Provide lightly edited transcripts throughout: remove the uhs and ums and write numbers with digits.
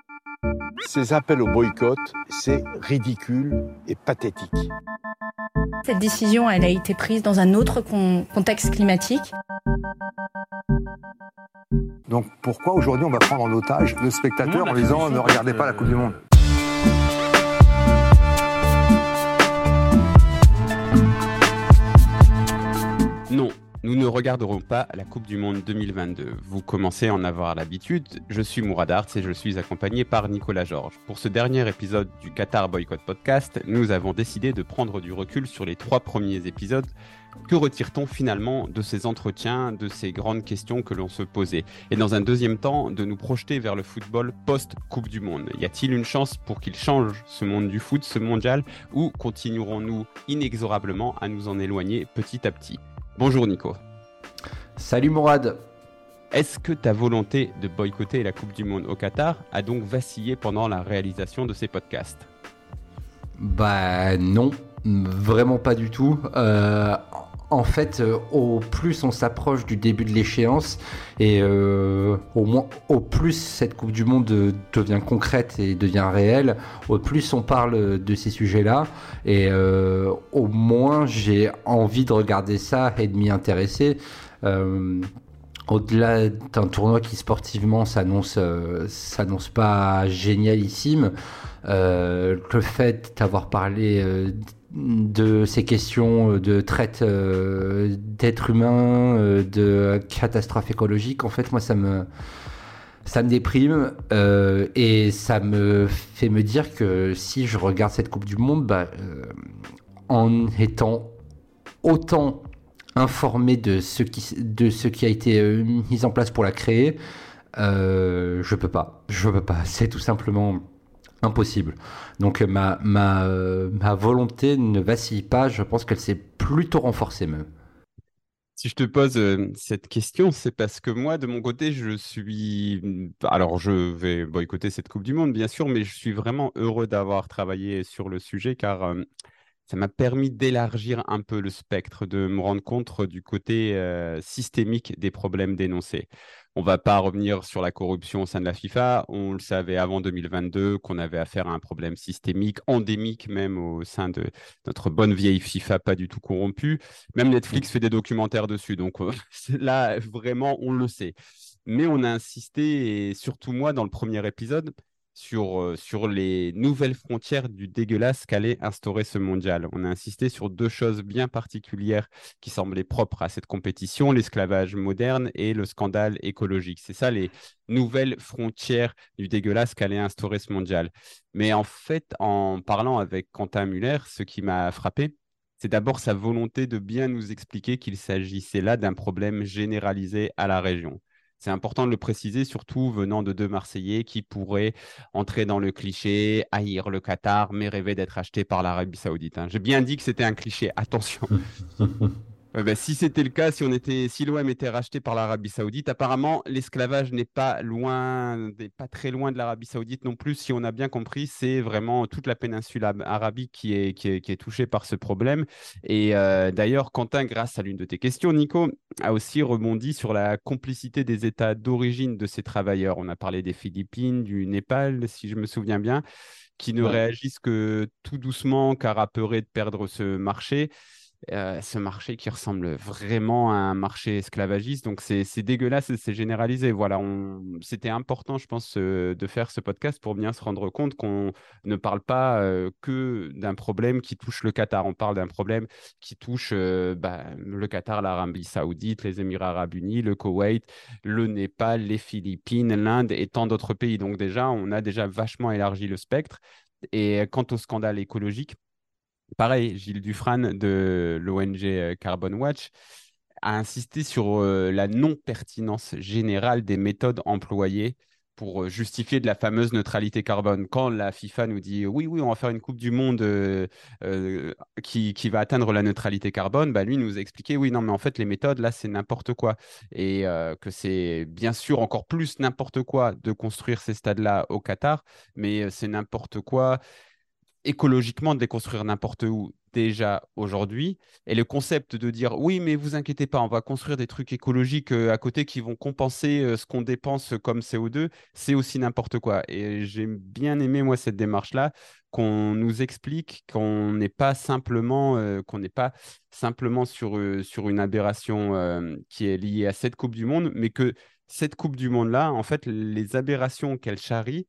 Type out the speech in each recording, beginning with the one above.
Ces appels au boycott, c'est ridicule et pathétique. Cette décision, elle a été prise dans un autre contexte climatique. Donc pourquoi aujourd'hui on va prendre en otage le spectateur en disant ne regardez pas la Coupe du Monde ? Non, nous ne regarderons pas la Coupe du Monde 2022. Vous commencez à en avoir l'habitude. Je suis Mourad Arts et je suis accompagné par Nicolas Georges. Pour ce dernier épisode du Qatar Boycott Podcast, nous avons décidé de prendre du recul sur les 3 premiers épisodes. Que retire-t-on finalement de ces entretiens, de ces grandes questions que l'on se posait ? Et dans un deuxième temps, de nous projeter vers le football post-Coupe du Monde. Y a-t-il une chance pour qu'il change ce monde du foot, ce mondial, ou continuerons-nous inexorablement à nous en éloigner petit à petit ? Bonjour Nico. Salut Mourad. Est-ce que ta volonté de boycotter la Coupe du Monde au Qatar a donc vacillé pendant la réalisation de ces podcasts ? Bah non, vraiment pas du tout. En fait, au plus on s'approche du début de l'échéance et au plus cette Coupe du Monde devient concrète et devient réelle, au plus on parle de ces sujets-là et au moins j'ai envie de regarder ça et de m'y intéresser. Au-delà d'un tournoi qui sportivement s'annonce pas génialissime, le fait d'avoir parlé de ces questions de traite d'êtres humains, de catastrophes écologiques, en fait moi ça me déprime et ça me fait me dire que si je regarde cette Coupe du Monde, en étant autant informé de ce qui a été mis en place pour la créer, je peux pas, c'est tout simplement impossible. Donc ma volonté ne vacille pas, je pense qu'elle s'est plutôt renforcée même. Si je te pose cette question, c'est parce que moi, de mon côté, alors je vais boycotter cette Coupe du Monde, bien sûr, mais je suis vraiment heureux d'avoir travaillé sur le sujet car ça m'a permis d'élargir un peu le spectre, de me rendre compte du côté systémique des problèmes dénoncés. On ne va pas revenir sur la corruption au sein de la FIFA. On le savait avant 2022 qu'on avait affaire à un problème systémique, endémique même au sein de notre bonne vieille FIFA, pas du tout corrompue. Même Netflix fait des documentaires dessus. Donc là, vraiment, on le sait. Mais on a insisté, et surtout moi, dans le premier épisode, sur les nouvelles frontières du dégueulasse qu'allait instaurer ce mondial. On a insisté sur 2 choses bien particulières qui semblaient propres à cette compétition, l'esclavage moderne et le scandale écologique. C'est ça les nouvelles frontières du dégueulasse qu'allait instaurer ce mondial. Mais en fait, en parlant avec Quentin Muller, ce qui m'a frappé, c'est d'abord sa volonté de bien nous expliquer qu'il s'agissait là d'un problème généralisé à la région. C'est important de le préciser, surtout venant de 2 Marseillais qui pourraient entrer dans le cliché, haïr le Qatar, mais rêver d'être acheté par l'Arabie Saoudite. J'ai bien dit que c'était un cliché, attention. Si c'était le cas, si l'OM était racheté par l'Arabie Saoudite, apparemment, l'esclavage n'est pas très loin de l'Arabie Saoudite non plus. Si on a bien compris, c'est vraiment toute la péninsule arabique qui est touchée par ce problème. Et d'ailleurs, Quentin, grâce à l'une de tes questions, Nico, a aussi rebondi sur la complicité des États d'origine de ces travailleurs. On a parlé des Philippines, du Népal, si je me souviens bien, qui ne réagissent que tout doucement car apeurés de perdre ce marché qui ressemble vraiment à un marché esclavagiste. Donc, c'est dégueulasse et c'est généralisé. Voilà, c'était important, je pense, de faire ce podcast pour bien se rendre compte qu'on ne parle pas que d'un problème qui touche le Qatar. On parle d'un problème qui touche le Qatar, l'Arabie Saoudite, les Émirats Arabes Unis, le Koweït, le Népal, les Philippines, l'Inde et tant d'autres pays. Donc, déjà, on a déjà vachement élargi le spectre. Et quant au scandale écologique, pareil, Gilles Dufrane de l'ONG Carbon Watch a insisté sur la non-pertinence générale des méthodes employées pour justifier de la fameuse neutralité carbone. Quand la FIFA nous dit oui, on va faire une Coupe du Monde qui va atteindre la neutralité carbone, lui nous a expliqué oui, non, mais en fait, les méthodes, là, c'est n'importe quoi. Et que c'est bien sûr encore plus n'importe quoi de construire ces stades-là au Qatar, mais c'est n'importe quoi écologiquement de les construire n'importe où. déjà aujourd'hui. Et le concept de dire oui, mais vous inquiétez pas, on va construire des trucs écologiques à côté qui vont compenser ce qu'on dépense comme CO2, c'est aussi n'importe quoi. Et j'ai bien aimé, moi, cette démarche-là, qu'on nous explique qu'on n'est pas simplement sur une aberration qui est liée à cette Coupe du Monde, mais que cette Coupe du Monde-là, en fait, les aberrations qu'elle charrie,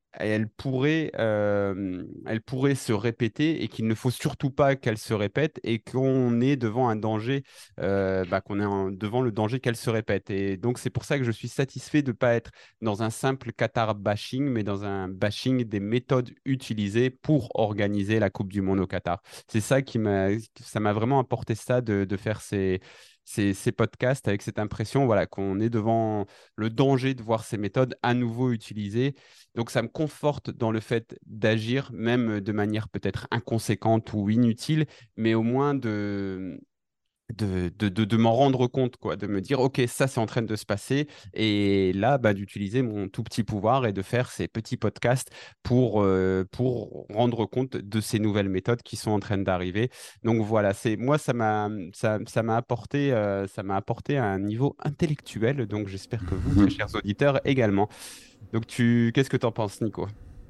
elle pourrait se répéter et qu'il ne faut surtout pas qu'elle se répète et qu'on est devant un danger, devant le danger qu'elle se répète. Et donc, c'est pour ça que je suis satisfait de ne pas être dans un simple Qatar bashing, mais dans un bashing des méthodes utilisées pour organiser la Coupe du Monde au Qatar. C'est ça ça m'a vraiment apporté ça de faire ces podcasts avec cette impression, voilà, qu'on est devant le danger de voir ces méthodes à nouveau utilisées. Donc, ça me conforte dans le fait d'agir, même de manière peut-être inconséquente ou inutile, mais au moins de m'en rendre compte, quoi, de me dire, OK, ça, c'est en train de se passer. Et là, d'utiliser mon tout petit pouvoir et de faire ces petits podcasts pour rendre compte de ces nouvelles méthodes qui sont en train d'arriver. Donc voilà, moi, ça m'a apporté à un niveau intellectuel. Donc j'espère que vous, très chers auditeurs, également. Donc qu'est-ce que tu en penses, Nico?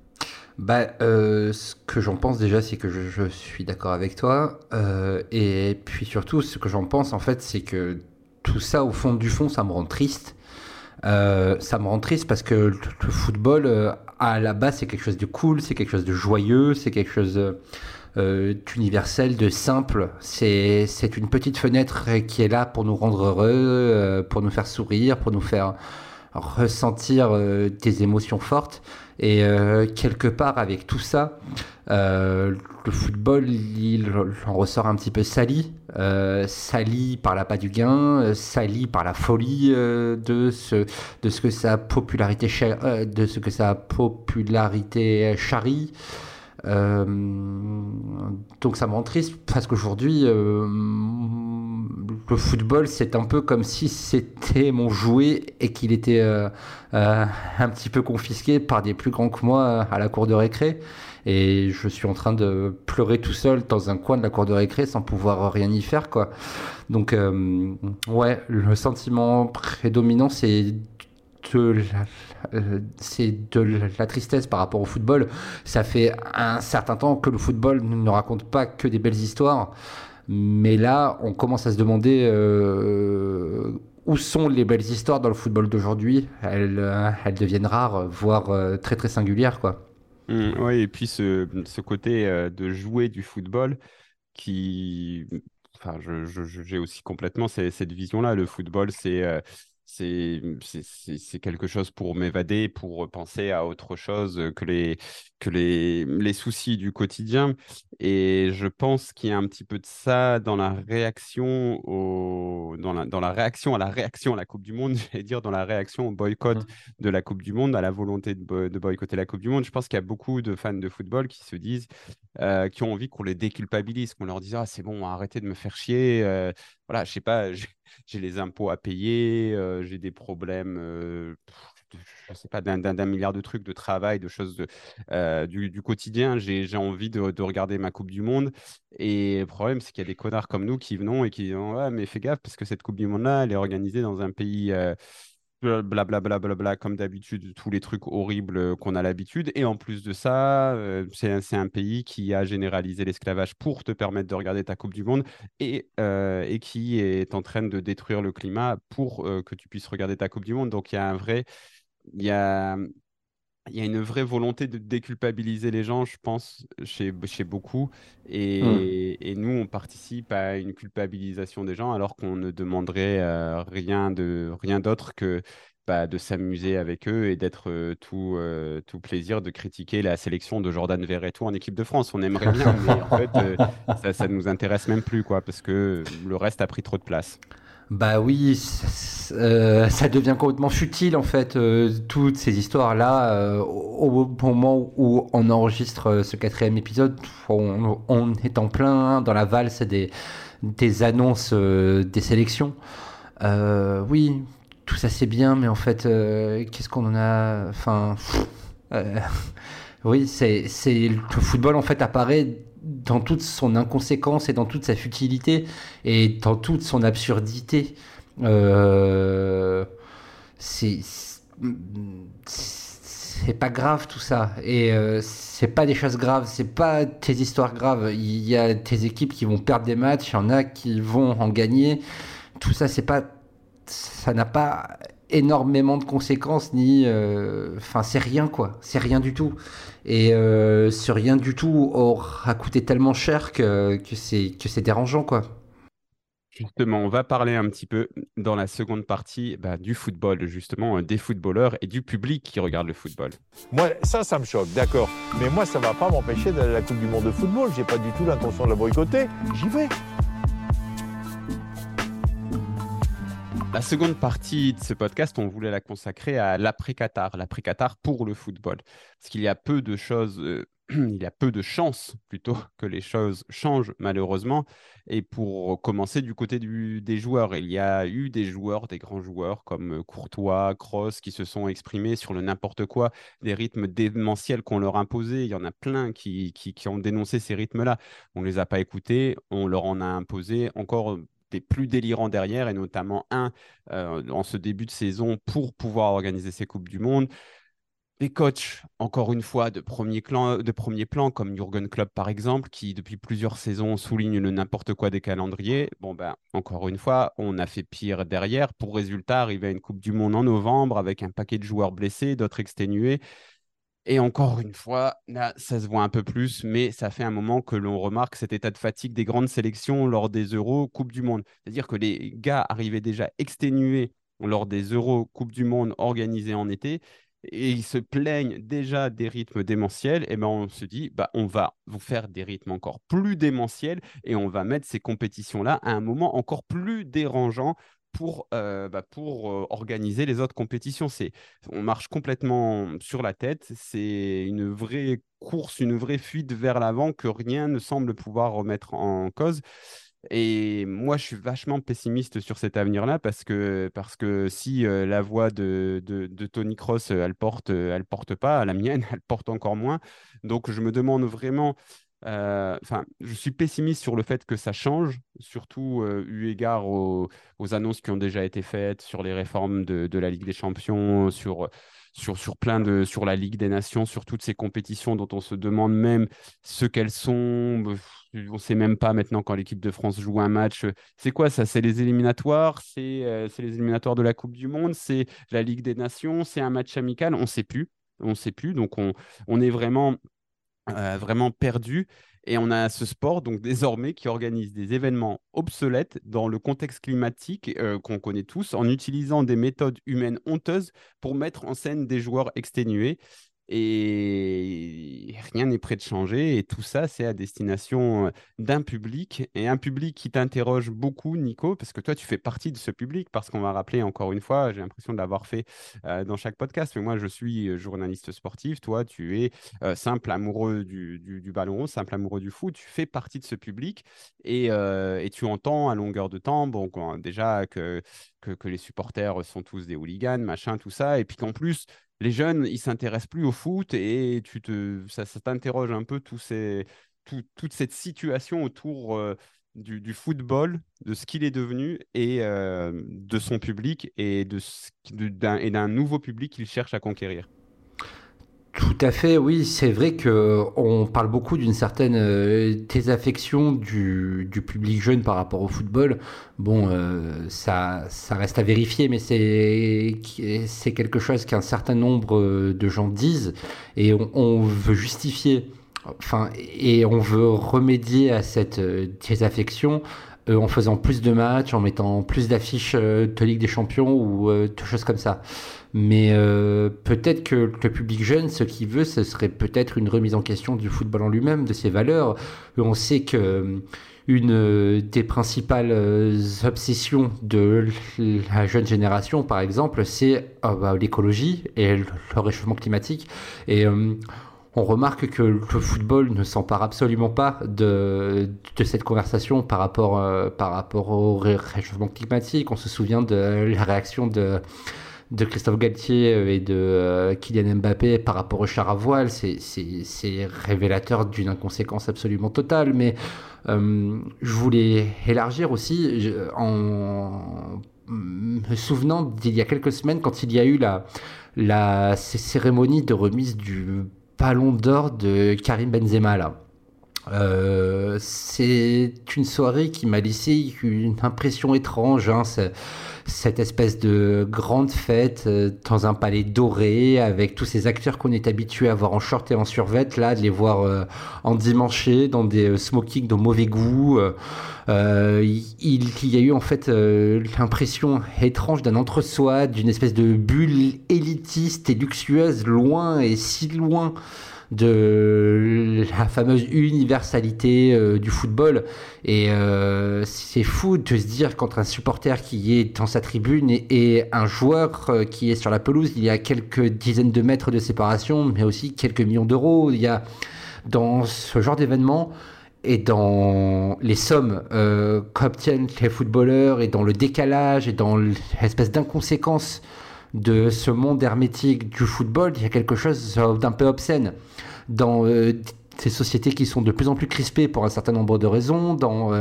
Ce que j'en pense déjà, c'est que je suis d'accord avec toi. Et puis surtout, ce que j'en pense, en fait, c'est que tout ça, au fond du fond, ça me rend triste. Ça me rend triste parce que le football, à la base, c'est quelque chose de cool, c'est quelque chose de joyeux, c'est quelque chose d'universel, de simple. C'est une petite fenêtre qui est là pour nous rendre heureux, pour nous faire sourire, pour nous faire ressentir des émotions fortes. Et quelque part, avec tout ça, le football, il en ressort un petit peu sali par l'appât du gain, sali par la folie de ce que sa popularité charrie. Donc ça me rend triste parce qu'aujourd'hui le football, c'est un peu comme si c'était mon jouet et qu'il était un petit peu confisqué par des plus grands que moi à la cour de récré, et je suis en train de pleurer tout seul dans un coin de la cour de récré sans pouvoir rien y faire, quoi. Donc ouais, le sentiment prédominant, c'est de la tristesse par rapport au football. Ça fait un certain temps que le football ne raconte pas que des belles histoires, mais là on commence à se demander où sont les belles histoires dans le football d'aujourd'hui. Elles deviennent rares, voire très très singulières, quoi. Oui, et puis ce côté de jouer du football qui... Enfin, j'ai aussi complètement cette vision-là. Le football, c'est quelque chose pour m'évader, pour penser à autre chose que les soucis du quotidien. Et je pense qu'il y a un petit peu de ça dans la réaction dans la réaction à la Coupe du Monde, j'allais dire, dans la réaction au boycott de la Coupe du Monde, à la volonté de boycotter la Coupe du Monde. Je pense qu'il y a beaucoup de fans de football qui se disent, qui ont envie qu'on les déculpabilise, qu'on leur dise, ah, c'est bon, arrêtez de me faire chier. Voilà, je sais pas, j'ai les impôts à payer, j'ai des problèmes, je sais pas, d'un milliard de trucs, de travail, de choses du quotidien. J'ai envie de regarder ma Coupe du Monde. Et le problème, c'est qu'il y a des connards comme nous qui venons et qui disent, ouais, mais fais gaffe, parce que cette Coupe du Monde-là, elle est organisée dans un pays... blablabla, comme d'habitude, tous les trucs horribles qu'on a l'habitude. Et en plus de ça, c'est un pays qui a généralisé l'esclavage pour te permettre de regarder ta Coupe du Monde et qui est en train de détruire le climat pour que tu puisses regarder ta Coupe du Monde. Donc, il y a, il y a une vraie volonté de déculpabiliser les gens, je pense, chez beaucoup. Et nous, on participe à une culpabilisation des gens alors qu'on ne demanderait rien d'autre que de s'amuser avec eux et d'être tout plaisir de critiquer la sélection de Jordan Verretou en équipe de France. On aimerait bien, mais en fait, ça ne nous intéresse même plus, quoi, parce que le reste a pris trop de place. Bah oui, ça devient complètement futile en fait, toutes ces histoires-là. Au moment où on enregistre ce 4e épisode, on est en plein dans la valse des annonces des sélections. Oui, tout ça c'est bien, mais en fait, qu'est-ce qu'on en a... Enfin, Oui, le football en fait apparaît dans toute son inconséquence et dans toute sa futilité et dans toute son absurdité. C'est c'est pas grave tout ça et c'est pas des choses graves, c'est pas tes histoires graves. Il y a tes équipes qui vont perdre des matchs, il y en a qui vont en gagner. Tout ça, ça n'a pas énormément de conséquences ni c'est rien quoi, c'est rien du tout et ce rien du tout aura coûté tellement cher que c'est dérangeant quoi. Justement, on va parler un petit peu dans la seconde partie du football, justement, des footballeurs et du public qui regarde le football. Moi, ça me choque, d'accord. Mais moi, ça ne va pas m'empêcher d'aller à la Coupe du Monde de football. J'ai pas du tout l'intention de la boycotter. J'y vais. La seconde partie de ce podcast, on voulait la consacrer à l'après-Qatar pour le football. Parce qu'il y a peu de choses, il y a peu de chances plutôt que les choses changent malheureusement. Et pour commencer du côté des joueurs, il y a eu des joueurs, des grands joueurs comme Courtois, Kroos, qui se sont exprimés sur le n'importe quoi, des rythmes démentiels qu'on leur imposait. Il y en a plein qui ont dénoncé ces rythmes-là. On ne les a pas écoutés, on leur en a imposé encore des plus délirants derrière, et notamment un en ce début de saison pour pouvoir organiser ces Coupes du Monde. Les coachs, encore une fois, de premier plan, comme Jürgen Klopp par exemple, qui depuis plusieurs saisons souligne le n'importe quoi des calendriers. Encore une fois, on a fait pire derrière. Pour résultat, arriver à une Coupe du Monde en novembre avec un paquet de joueurs blessés, d'autres exténués. Et encore une fois, là, ça se voit un peu plus, mais ça fait un moment que l'on remarque cet état de fatigue des grandes sélections lors des Euros, Coupe du Monde. C'est-à-dire que les gars arrivaient déjà exténués lors des Euros, Coupe du Monde organisés en été, et ils se plaignent déjà des rythmes démentiels. Et on se dit, on va vous faire des rythmes encore plus démentiels et on va mettre ces compétitions-là à un moment encore plus dérangeant pour organiser les autres compétitions. On marche complètement sur la tête. C'est une vraie course, une vraie fuite vers l'avant que rien ne semble pouvoir remettre en cause. Et moi, je suis vachement pessimiste sur cet avenir-là parce que si la voix de Tony Kroos, elle porte pas, la mienne, elle porte encore moins. Donc, je me demande vraiment. Je suis pessimiste sur le fait que ça change, surtout eu égard aux annonces qui ont déjà été faites sur les réformes de la Ligue des Champions, sur la Ligue des Nations, sur toutes ces compétitions dont on se demande même ce qu'elles sont. On ne sait même pas maintenant quand l'équipe de France joue un match. C'est quoi ça? C'est les éliminatoires? C'est les éliminatoires de la Coupe du Monde? C'est la Ligue des Nations? C'est un match amical? On ne sait plus. On ne sait plus. Donc on est vraiment perdu. Et on a ce sport, donc désormais, qui organise des événements obsolètes dans le contexte climatique qu'on connaît tous, en utilisant des méthodes humaines honteuses pour mettre en scène des joueurs exténués. Et rien n'est prêt de changer. Et tout ça, c'est à destination d'un public. Et un public qui t'interroge beaucoup, Nico, parce que toi, tu fais partie de ce public, parce qu'on va rappeler encore une fois, j'ai l'impression de l'avoir fait dans chaque podcast, mais moi, je suis journaliste sportif. Toi, tu es simple amoureux du ballon rond, simple amoureux du foot. Tu fais partie de ce public et tu entends à longueur de temps, déjà que les supporters sont tous des hooligans, machin, tout ça. Et puis qu'en plus, les jeunes, ils s'intéressent plus au foot et ça t'interroge un peu toute cette situation autour du football, de ce qu'il est devenu et de son public et d'un nouveau public qu'il cherche à conquérir. Tout à fait, oui, c'est vrai qu'on parle beaucoup d'une certaine désaffection du public jeune par rapport au football. Ça reste à vérifier, mais c'est quelque chose qu'un certain nombre de gens disent et on veut justifier, et on veut remédier à cette désaffection en faisant plus de matchs, en mettant plus d'affiches de Ligue des Champions ou de choses comme ça. Mais peut-être que le public jeune, ce qu'il veut, ce serait peut-être une remise en question du football en lui-même, de ses valeurs. On sait que une des principales obsessions de la jeune génération, par exemple, c'est l'écologie et le réchauffement climatique. Et on remarque que le football ne s'empare absolument pas de cette conversation par rapport au réchauffement climatique. On se souvient de la réaction de Christophe Galtier et de Kylian Mbappé par rapport au char à voile, c'est révélateur d'une inconséquence absolument totale. Mais je voulais élargir aussi en me souvenant d'il y a quelques semaines quand il y a eu la cérémonie de remise du Ballon d'Or de Karim Benzema là. C'est une soirée qui m'a laissé une impression étrange, hein, cette espèce de grande fête dans un palais doré avec tous ces acteurs qu'on est habitué à voir en short et en survêt, là de les voir endimanchés dans des smokings de mauvais goût. Il y a eu en fait l'impression étrange d'un entre-soi, d'une espèce de bulle élitiste et luxueuse, loin et si loin de la fameuse universalité du football. Et c'est fou de se dire qu'entre un supporter qui est dans sa tribune et un joueur qui est sur la pelouse, il y a quelques dizaines de mètres de séparation, mais aussi quelques millions d'euros. Il y a dans ce genre d'événement et dans les sommes qu'obtiennent les footballeurs et dans le décalage et dans l'espèce d'inconséquence de ce monde hermétique du football, il y a quelque chose d'un peu obscène dans ces sociétés qui sont de plus en plus crispées pour un certain nombre de raisons,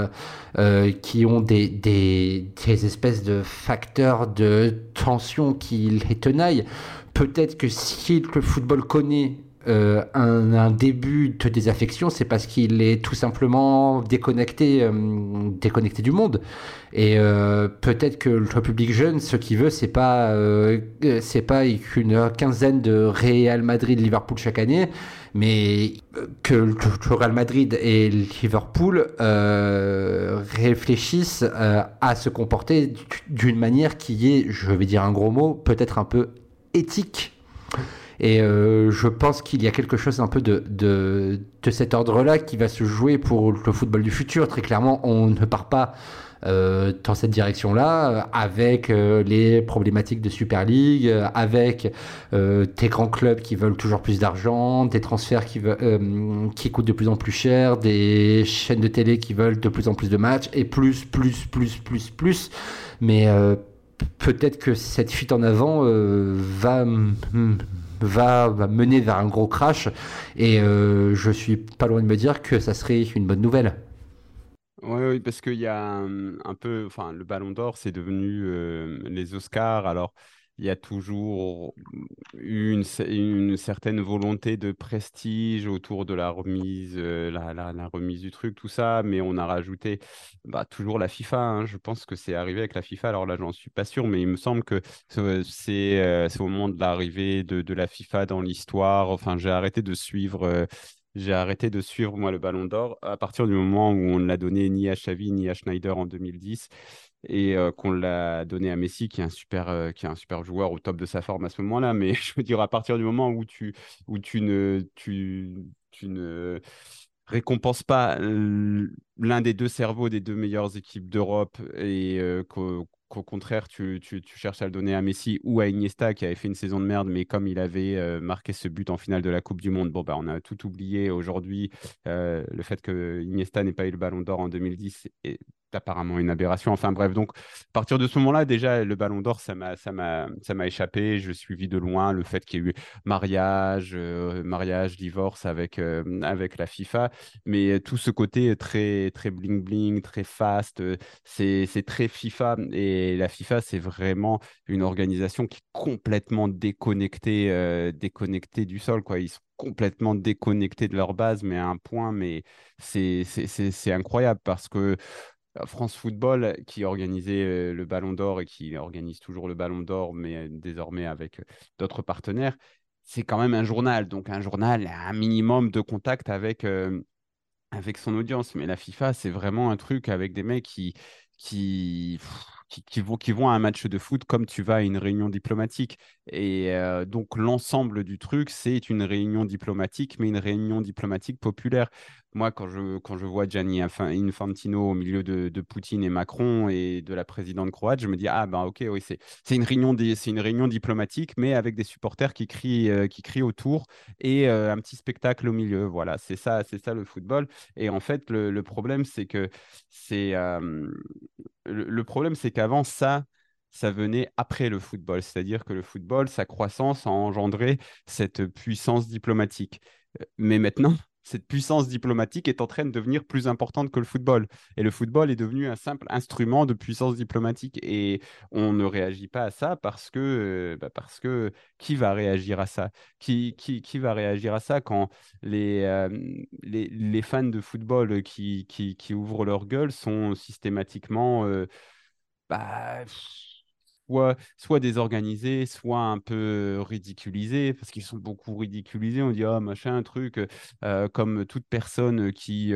qui ont des espèces de facteurs de tension qui les tenaillent. Peut-être que si le football connaît un début de désaffection, c'est parce qu'il est tout simplement déconnecté du monde. Et peut-être que le public jeune, ce qu'il veut, c'est pas qu'une quinzaine de Real Madrid, Liverpool chaque année, mais que le Real Madrid et Liverpool réfléchissent à se comporter d'une manière qui est, je vais dire un gros mot, peut-être un peu éthique. Et je pense qu'il y a quelque chose un peu de cet ordre-là qui va se jouer pour le football du futur. Très clairement, on ne part pas dans cette direction-là, avec les problématiques de Super League, avec des grands clubs qui veulent toujours plus d'argent, des transferts qui coûtent de plus en plus cher, des chaînes de télé qui veulent de plus en plus de matchs, et plus. Mais peut-être que cette fuite en avant va mener vers un gros crash, et je suis pas loin de me dire que ça serait une bonne nouvelle. Oui, parce qu'il y a un peu, enfin, le Ballon d'Or, c'est devenu les Oscars. Alors, il y a toujours eu une certaine volonté de prestige autour de la remise, la remise du truc, tout ça, mais on a rajouté toujours la FIFA, hein. Je pense que c'est arrivé avec la FIFA. Alors là, j'en suis pas sûr, mais il me semble que c'est au moment de l'arrivée de la FIFA dans l'histoire. Enfin, j'ai arrêté de suivre, moi, le Ballon d'Or à partir du moment où on ne l'a donné ni à Xavi ni à Schneider en 2010, et qu'on l'a donné à Messi, qui est un super joueur au top de sa forme à ce moment-là. Mais je veux dire, à partir du moment où tu ne récompenses pas l'un des deux cerveaux des deux meilleures équipes d'Europe, et qu'au contraire, tu cherches à le donner à Messi ou à Iniesta, qui avait fait une saison de merde, mais comme il avait marqué ce but en finale de la Coupe du Monde, bon, on a tout oublié aujourd'hui. Le fait que Iniesta n'ait pas eu le Ballon d'Or en 2010 est apparemment une aberration. Enfin bref, donc à partir de ce moment-là, déjà, le Ballon d'Or, ça m'a échappé. Je suivis de loin le fait qu'il y ait eu mariage, divorce avec la FIFA, mais tout ce côté très très bling bling, très fast, c'est très FIFA. Et la FIFA, c'est vraiment une organisation qui est complètement déconnectée du sol, quoi. Ils sont complètement déconnectés de leur base, mais à un point, mais c'est incroyable, parce que France Football, qui organisait le Ballon d'Or et qui organise toujours le Ballon d'Or, mais désormais avec d'autres partenaires, c'est quand même un journal. Donc un journal a un minimum de contact avec son audience. Mais la FIFA, c'est vraiment un truc avec des mecs qui, qui vont à un match de foot comme tu vas à une réunion diplomatique. Et donc, l'ensemble du truc, c'est une réunion diplomatique, mais une réunion diplomatique populaire. Moi, quand je vois Gianni Infantino au milieu de Poutine et Macron et de la présidente croate, je me dis, ah ben ok, oui, c'est c'est une réunion diplomatique, mais avec des supporters qui crient autour, et un petit spectacle au milieu. Voilà, c'est ça le football. Et en fait, le problème, c'est que c'est le problème, c'est qu'avant ça, ça venait après le football. C'est-à-dire que le football, sa croissance a engendré cette puissance diplomatique. Mais maintenant, cette puissance diplomatique est en train de devenir plus importante que le football. Et le football est devenu un simple instrument de puissance diplomatique. Et on ne réagit pas à ça parce que qui va réagir à ça? Qui va réagir à ça quand les fans de football qui ouvrent leur gueule sont systématiquement bah, soit désorganisés, soit un peu ridiculisés, parce qu'ils sont beaucoup ridiculisés. On dit, ah, machin, un truc, comme toute personne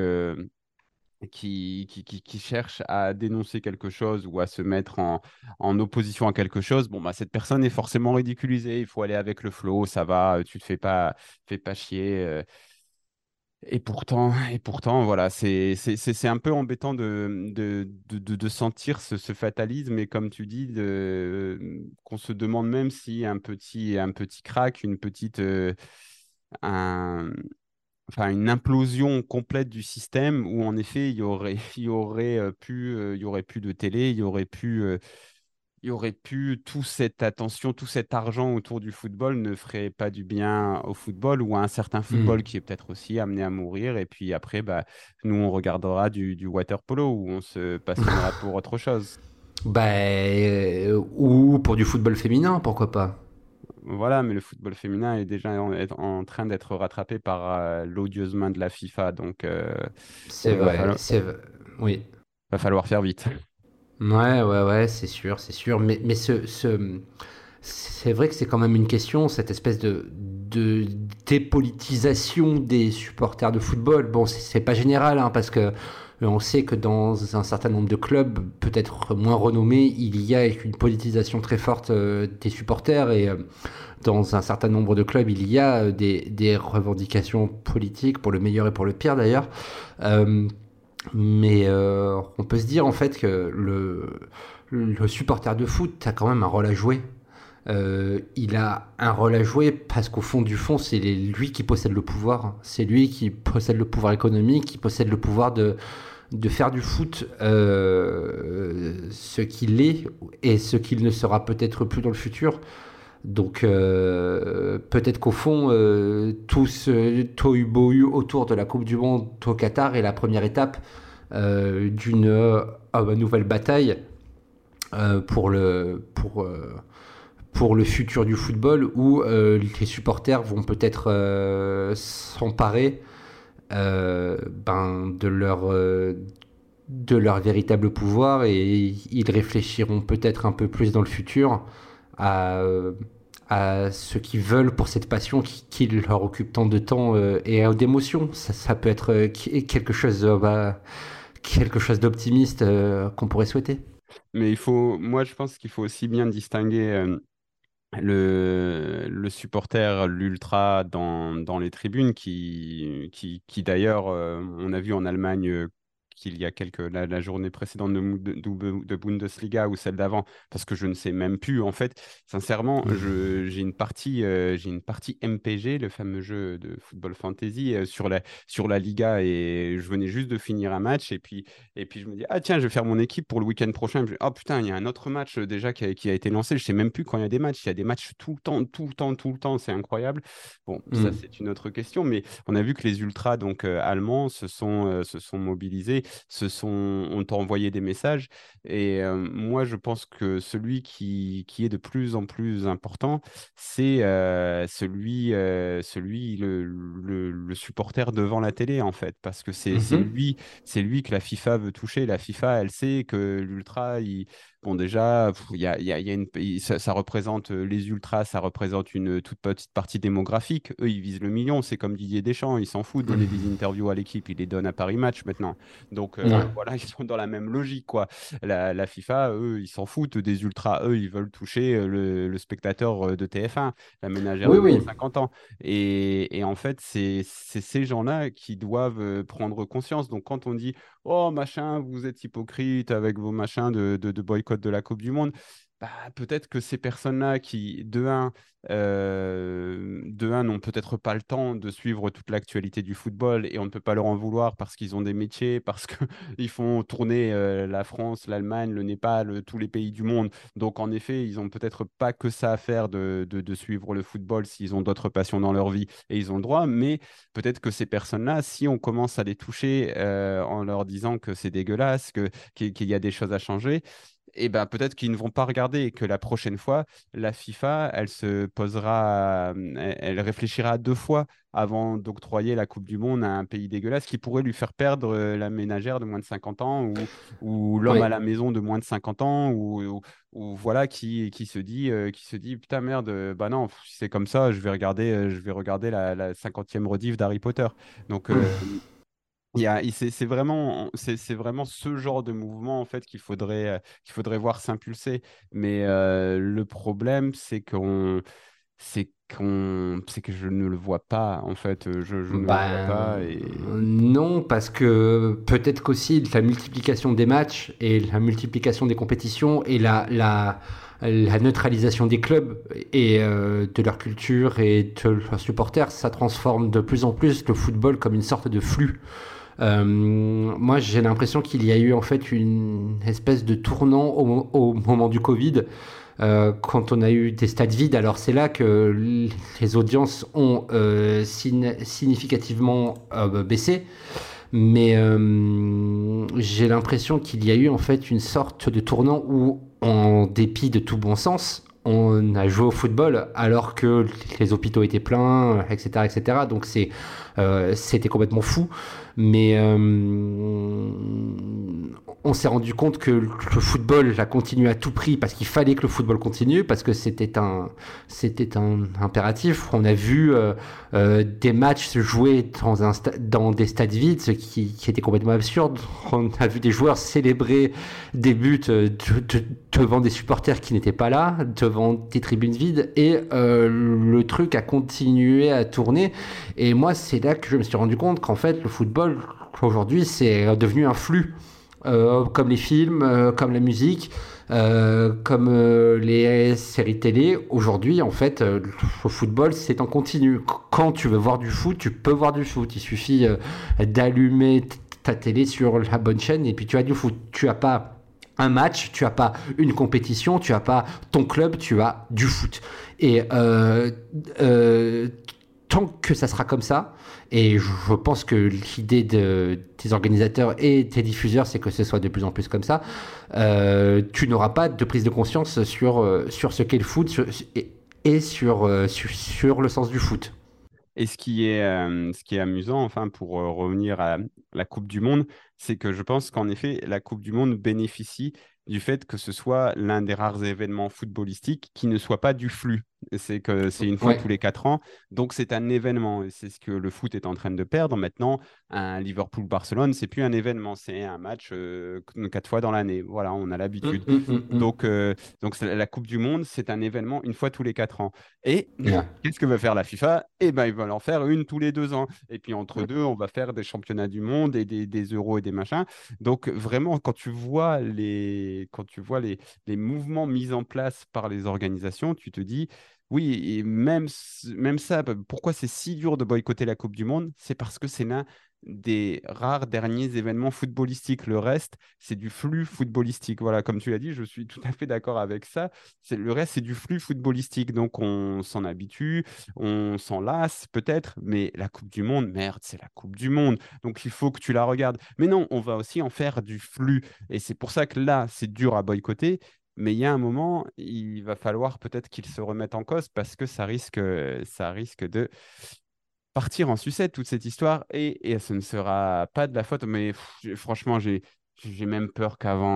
qui cherche à dénoncer quelque chose ou à se mettre en opposition à quelque chose, bon, bah, cette personne est forcément ridiculisée. Il faut aller avec le flow, ça va, tu te fais pas chier. Et pourtant, voilà, c'est un peu embêtant de sentir ce fatalisme et comme tu dis, qu'on se demande même si un petit crack, un- enfin, une implosion complète du système où en effet il y aurait plus de télé, il y aurait pu toute cette attention, tout cet argent autour du football ne ferait pas du bien au football ou à un certain football Hmm. qui est peut-être aussi amené à mourir. Et puis après, bah, nous, on regardera du water polo où on se passionnera pour autre chose. Ou pour du football féminin, pourquoi pas? Voilà, mais le football féminin est déjà en train d'être rattrapé par l'odieuse main de la FIFA. Donc, C'est va vrai, falloir, oui. va falloir faire vite. Ouais, c'est sûr, c'est sûr. Mais c'est vrai que c'est quand même une question, cette espèce de dépolitisation des supporters de football. Bon, c'est pas général, hein, parce que on sait que dans un certain nombre de clubs, peut-être moins renommés, il y a une politisation très forte des supporters et dans un certain nombre de clubs, il y a des revendications politiques, pour le meilleur et pour le pire d'ailleurs. Euh, mais on peut se dire en fait que le supporter de foot a quand même un rôle à jouer. Il a un rôle à jouer parce qu'au fond du fond, c'est lui qui possède le pouvoir. C'est lui qui possède le pouvoir économique, qui possède le pouvoir de faire du foot ce qu'il est et ce qu'il ne sera peut-être plus dans le futur. Donc peut-être qu'au fond, tout ce tohu-bohu autour de la Coupe du Monde au Qatar est la première étape d'une nouvelle bataille pour le futur du football où les supporters vont peut-être s'emparer de leur véritable pouvoir et ils réfléchiront peut-être un peu plus dans le futur à, euh, à ce qu'ils veulent pour cette passion qui leur occupe tant de temps et d'émotion. Ça peut être quelque chose d'optimiste qu'on pourrait souhaiter. Mais moi, je pense qu'il faut aussi bien distinguer le supporter, l'ultra dans les tribunes, qui d'ailleurs, on a vu en Allemagne qu'il y a la journée précédente de Bundesliga ou celle d'avant, parce que je ne sais même plus. En fait, sincèrement, j'ai une partie MPG, le fameux jeu de football fantasy, sur la Liga, et je venais juste de finir un match, et puis je me dis, ah tiens, je vais faire mon équipe pour le week-end prochain. Oh putain, il y a un autre match déjà qui a été lancé. Je sais même plus quand il y a des matchs. Il y a des matchs tout le temps, tout le temps, tout le temps. C'est incroyable. Bon, ça, Mm. c'est une autre question. Mais on a vu que les ultras donc, allemands se sont mobilisés, ont envoyé des messages. Et moi, je pense que celui qui est de plus en plus important, c'est le supporter devant la télé, en fait. Parce que Mhm. c'est lui que la FIFA veut toucher. La FIFA, elle sait que l'ultra, bon, déjà, il y a ça représente les ultras, ça représente une toute petite partie démographique. Eux, ils visent le million. C'est comme Didier Deschamps, ils s'en foutent de donner des interviews à l'équipe. Il les donne à Paris Match maintenant. Donc Ouais. voilà, ils sont dans la même logique, quoi. La FIFA, eux, ils s'en foutent des ultras. Eux, ils veulent toucher le spectateur de TF1, la ménagère Oui, de moins de oui. 50 ans. Et en fait, c'est ces gens-là qui doivent prendre conscience. Donc quand on dit, oh machin, vous êtes hypocrite avec vos machins de boycott de la Coupe du Monde. peut-être que ces personnes-là qui, de un, n'ont peut-être pas le temps de suivre toute l'actualité du football et on ne peut pas leur en vouloir parce qu'ils ont des métiers, parce qu'ils font tourner la France, l'Allemagne, le Népal, tous les pays du monde. Donc, en effet, ils n'ont peut-être pas que ça à faire de suivre le football s'ils ont d'autres passions dans leur vie et ils ont le droit. Mais peut-être que ces personnes-là, si on commence à les toucher en leur disant que c'est dégueulasse, qu'il y a des choses à changer, et ben peut-être qu'ils ne vont pas regarder et que la prochaine fois, la FIFA, elle se posera, elle réfléchira 2 fois avant d'octroyer la Coupe du Monde à un pays dégueulasse qui pourrait lui faire perdre la ménagère de moins de 50 ans ou l'homme Oui. à la maison de moins de 50 ans ou voilà qui se dit putain merde, bah non, si c'est comme ça, je vais regarder la 50e rediff d'Harry Potter. Donc c'est vraiment ce genre de mouvement en fait qu'il faudrait voir s'impulser. Mais le problème, c'est que je ne le vois pas en fait. Je ne le vois pas et Non, parce que peut-être qu'aussi la multiplication des matchs et la multiplication des compétitions et la neutralisation des clubs et de leur culture et de leurs supporters, ça transforme de plus en plus le football comme une sorte de flux. Moi, j'ai l'impression qu'il y a eu en fait une espèce de tournant au moment du Covid, quand on a eu des stades vides. Alors c'est là que les audiences ont significativement baissé, mais j'ai l'impression qu'il y a eu en fait une sorte de tournant où, en dépit de tout bon sens, on a joué au football alors que les hôpitaux étaient pleins, etc., etc. Donc c'était complètement fou. Mais on s'est rendu compte que le football a continué à tout prix parce qu'il fallait que le football continue, parce que c'était un impératif. On a vu des matchs se jouer dans des stades vides, ce qui était complètement absurde. On a vu des joueurs célébrer des buts devant des supporters qui n'étaient pas là, devant des tribunes vides, et le truc a continué à tourner. Et moi, c'est là que je me suis rendu compte qu'en fait, le football, aujourd'hui, c'est devenu un flux. Comme les films, comme la musique, comme les séries télé. Aujourd'hui, en fait, le football, c'est en continu. Quand tu veux voir du foot, tu peux voir du foot. Il suffit d'allumer ta télé sur la bonne chaîne et puis tu as du foot. Tu n'as pas un match, tu n'as pas une compétition, tu n'as pas ton club, tu as du foot. Et tant que ça sera comme ça, et je pense que l'idée des organisateurs et des diffuseurs, c'est que ce soit de plus en plus comme ça, tu n'auras pas de prise de conscience sur ce qu'est le foot et sur le sens du foot. Et ce qui est amusant, enfin, pour revenir à la Coupe du Monde, c'est que je pense qu'en effet, la Coupe du Monde bénéficie du fait que ce soit l'un des rares événements footballistiques qui ne soit pas du flux. C'est que c'est une fois tous les 4 ans, donc c'est un événement. Et c'est ce que le foot est en train de perdre. Maintenant, un Liverpool-Barcelone, c'est plus un événement, c'est un match 4 fois dans l'année. Voilà, on a l'habitude. Donc la Coupe du Monde, c'est un événement une fois tous les 4 ans. Et qu'est-ce que va faire la FIFA? Eh ben, ils veulent en faire une tous les 2 ans. Et puis entre deux, on va faire des championnats du monde et des euros et des machins. Donc vraiment, quand tu vois les mouvements mis en place par les organisations, tu te dis, oui, et même ça, pourquoi c'est si dur de boycotter la Coupe du Monde? C'est parce que c'est l'un des rares derniers événements footballistiques. Le reste, c'est du flux footballistique. Voilà, comme tu l'as dit, je suis tout à fait d'accord avec ça. Le reste, c'est du flux footballistique. Donc, on s'en habitue, on s'en lasse peut-être, mais la Coupe du Monde, merde, c'est la Coupe du Monde. Donc, il faut que tu la regardes. Mais non, on va aussi en faire du flux. Et c'est pour ça que là, c'est dur à boycotter. Mais il y a un moment, il va falloir peut-être qu'ils se remettent en cause parce que ça risque de partir en sucette toute cette histoire et ce ne sera pas de la faute. Mais franchement, j'ai même peur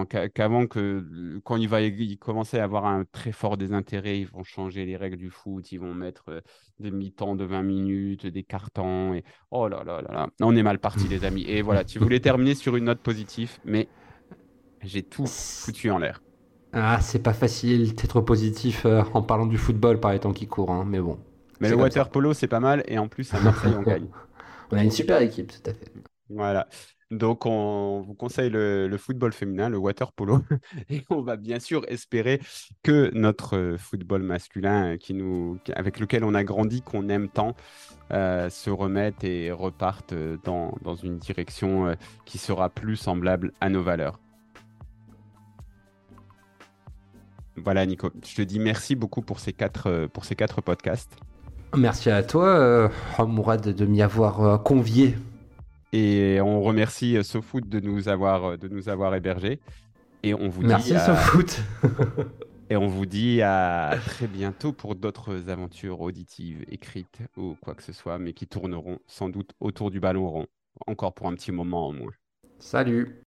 quand il va y commencer à avoir un très fort désintérêt, ils vont changer les règles du foot, ils vont mettre des mi-temps de 20 minutes, des cartons. Et oh là là là là, on est mal parti, les amis. Et voilà, tu voulais terminer sur une note positive, mais j'ai tout foutu en l'air. Ah, c'est pas facile d'être positif en parlant du football par les temps qui courent, hein, mais bon. Mais le water polo, c'est pas mal, et en plus, à Marseille, on gagne. On a une super équipe, tout à fait. Voilà. Donc, on vous conseille le football féminin, le water polo. Et on va bien sûr espérer que notre football masculin, avec lequel on a grandi, qu'on aime tant, se remette et reparte dans une direction qui sera plus semblable à nos valeurs. Voilà, Nico. Je te dis merci beaucoup pour ces 4 podcasts. Merci à toi, Mourad, de m'y avoir convié. Et on remercie SoFoot de nous avoir hébergés. Et on vous Merci, dit SoFoot. et on vous dit à très bientôt pour d'autres aventures auditives, écrites ou quoi que ce soit, mais qui tourneront sans doute autour du ballon rond, encore pour un petit moment au moins. Salut.